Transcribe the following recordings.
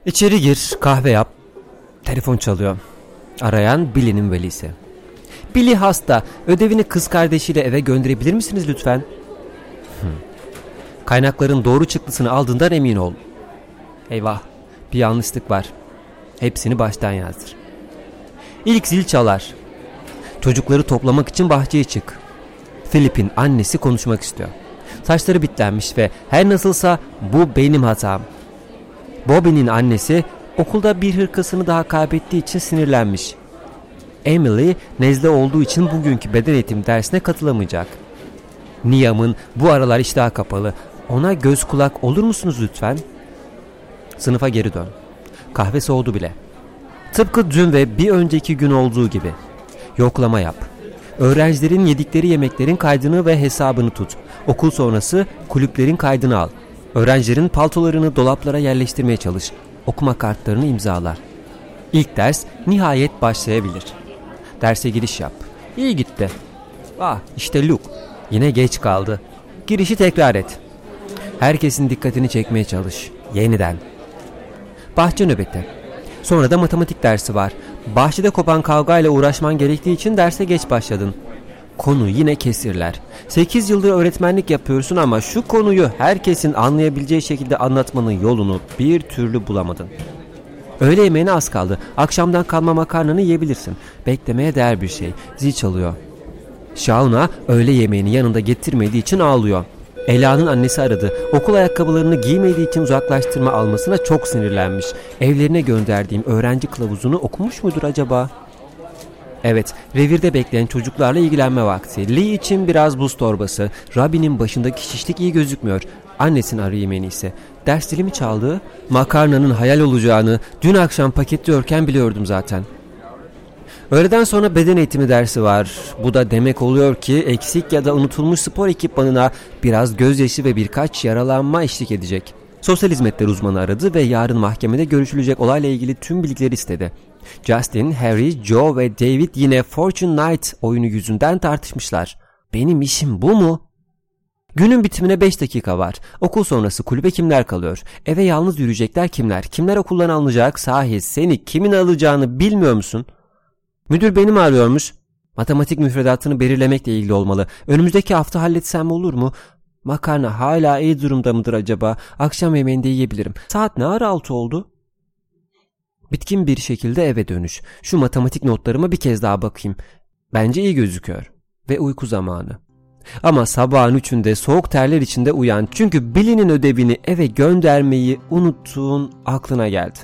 İçeri gir, kahve yap. Telefon çalıyor. Arayan Billy'nin velisi. Billy hasta. Ödevini kız kardeşiyle eve gönderebilir misiniz lütfen? Kaynakların doğru çıktısını aldığından emin ol. Eyvah, bir yanlışlık var. Hepsini baştan yazdır. İlk zil çalar. Çocukları toplamak için bahçeye çık. Philip'in annesi konuşmak istiyor. Saçları bitlenmiş ve her nasılsa bu benim hatam. Bobby'nin annesi okulda bir hırkasını daha kaybettiği için sinirlenmiş. Emily nezle olduğu için bugünkü beden eğitimi dersine katılamayacak. Niam'ın bu aralar iştahı kapalı. Ona göz kulak olur musunuz lütfen? Sınıfa geri dön. Kahve soğudu bile. Tıpkı dün ve bir önceki gün olduğu gibi. Yoklama yap. Öğrencilerin yedikleri yemeklerin kaydını ve hesabını tut. Okul sonrası kulüplerin kaydını al. Öğrencilerin paltolarını dolaplara yerleştirmeye çalış. Okuma kartlarını imzala. İlk ders nihayet başlayabilir. Derse giriş yap. İyi gitti. İşte Luke. Yine geç kaldı. Girişi tekrar et. Herkesin dikkatini çekmeye çalış. Yeniden. Bahçe nöbeti. Sonra da matematik dersi var. Bahçede kopan kavgayla uğraşman gerektiği için derse geç başladın. Konu yine kesirler. 8 yıldır öğretmenlik yapıyorsun ama şu konuyu herkesin anlayabileceği şekilde anlatmanın yolunu bir türlü bulamadın. Öğle yemeğine az kaldı. Akşamdan kalma makarnanı yiyebilirsin. Beklemeye değer bir şey. Zil çalıyor. Shauna öğle yemeğini yanında getirmediği için ağlıyor. Ela'nın annesi aradı. Okul ayakkabılarını giymediği için uzaklaştırma almasına çok sinirlenmiş. Evlerine gönderdiğim öğrenci kılavuzunu okumuş mudur acaba? Evet, revirde bekleyen çocuklarla ilgilenme vakti. Lee için biraz buz torbası. Robin'in başındaki şişlik iyi gözükmüyor. Annesini arayayım en iyisi. Ders zili mi çaldı? Makarnanın hayal olacağını dün akşam paketliyorken biliyordum zaten. Öğleden sonra beden eğitimi dersi var. Bu da demek oluyor ki eksik ya da unutulmuş spor ekipmanına biraz gözyaşı ve birkaç yaralanma eşlik edecek. Sosyal hizmetler uzmanı aradı ve yarın mahkemede görüşülecek olayla ilgili tüm bilgileri istedi. Justin, Harry, Joe ve David yine Fortune Knight oyunu yüzünden tartışmışlar. Benim işim bu mu? Günün bitimine 5 dakika var. Okul sonrası kulübe kimler kalıyor? Eve yalnız yürüyecekler kimler? Kimler okuldan alınacak? Sahi seni kimin alacağını bilmiyor musun? Müdür beni mi arıyormuş? Matematik müfredatını belirlemekle ilgili olmalı. Önümüzdeki hafta halletsem olur mu? Makarna hala iyi durumda mıdır acaba? Akşam yemeğinde yiyebilirim. Saat ne ara 6 oldu? Bitkin bir şekilde eve dönüş. Şu matematik notlarıma bir kez daha bakayım. Bence iyi gözüküyor. Ve uyku zamanı. Ama sabahın 3'ünde soğuk terler içinde uyan. Çünkü Billy'nin ödevini eve göndermeyi unuttuğun aklına geldi.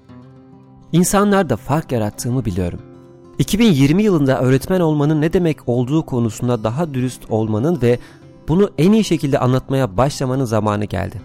İnsanlarda fark yarattığımı biliyorum. 2020 yılında öğretmen olmanın ne demek olduğu konusunda daha dürüst olmanın ve bunu en iyi şekilde anlatmaya başlamanın zamanı geldi.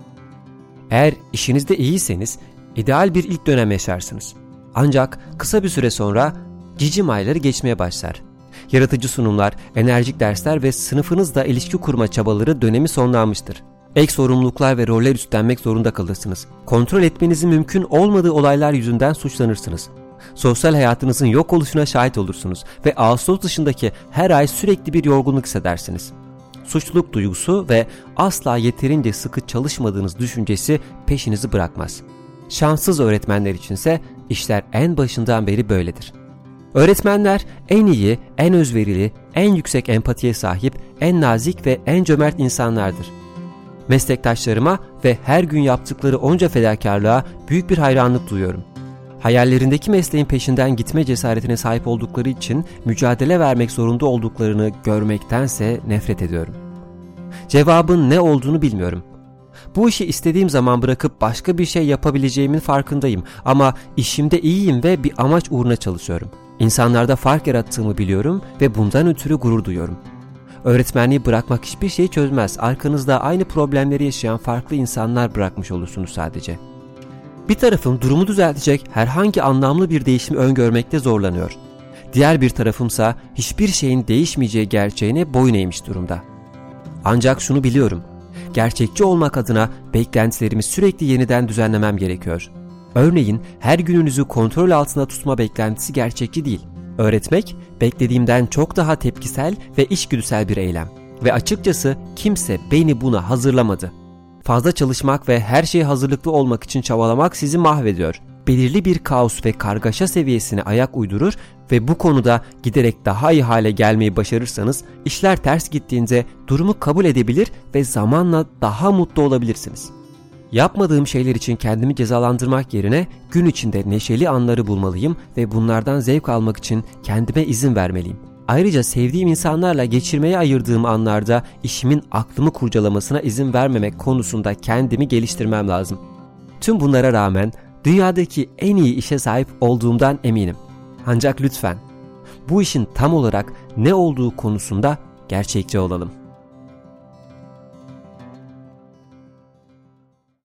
Eğer işinizde iyiyseniz ideal bir ilk dönem yaşarsınız. Ancak kısa bir süre sonra cicim ayları geçmeye başlar. Yaratıcı sunumlar, enerjik dersler ve sınıfınızla ilişki kurma çabaları dönemi sonlanmıştır. Ek sorumluluklar ve roller üstlenmek zorunda kalırsınız. Kontrol etmenizin mümkün olmadığı olaylar yüzünden suçlanırsınız. Sosyal hayatınızın yok oluşuna şahit olursunuz ve Ağustos dışındaki her ay sürekli bir yorgunluk hissedersiniz. Suçluluk duygusu ve asla yeterince sıkı çalışmadığınız düşüncesi peşinizi bırakmaz. Şanssız öğretmenler içinse işler en başından beri böyledir. Öğretmenler en iyi, en özverili, en yüksek empatiye sahip, en nazik ve en cömert insanlardır. Meslektaşlarıma ve her gün yaptıkları onca fedakarlığa büyük bir hayranlık duyuyorum. Hayallerindeki mesleğin peşinden gitme cesaretine sahip oldukları için mücadele vermek zorunda olduklarını görmektense nefret ediyorum. Cevabın ne olduğunu bilmiyorum. Bu işi istediğim zaman bırakıp başka bir şey yapabileceğimin farkındayım ama işimde iyiyim ve bir amaç uğruna çalışıyorum. İnsanlarda fark yarattığımı biliyorum ve bundan ötürü gurur duyuyorum. Öğretmenliği bırakmak hiçbir şeyi çözmez. Arkanızda aynı problemleri yaşayan farklı insanlar bırakmış olursunuz sadece. Bir tarafım durumu düzeltecek herhangi anlamlı bir değişimi öngörmekte zorlanıyor. Diğer bir tarafımsa hiçbir şeyin değişmeyeceği gerçeğine boyun eğmiş durumda. Ancak şunu biliyorum. Gerçekçi olmak adına beklentilerimi sürekli yeniden düzenlemem gerekiyor. Örneğin her gününüzü kontrol altında tutma beklentisi gerçekçi değil. Öğretmek beklediğimden çok daha tepkisel ve içgüdüsel bir eylem. Ve açıkçası kimse beni buna hazırlamadı. Fazla çalışmak ve her şeye hazırlıklı olmak için çabalamak sizi mahvediyor. Belirli bir kaos ve kargaşa seviyesine ayak uydurur ve bu konuda giderek daha iyi hale gelmeyi başarırsanız, işler ters gittiğinde durumu kabul edebilir ve zamanla daha mutlu olabilirsiniz. Yapmadığım şeyler için kendimi cezalandırmak yerine gün içinde neşeli anları bulmalıyım ve bunlardan zevk almak için kendime izin vermeliyim. Ayrıca sevdiğim insanlarla geçirmeye ayırdığım anlarda işimin aklımı kurcalamasına izin vermemek konusunda kendimi geliştirmem lazım. Tüm bunlara rağmen dünyadaki en iyi işe sahip olduğumdan eminim. Ancak lütfen bu işin tam olarak ne olduğu konusunda gerçekçi olalım.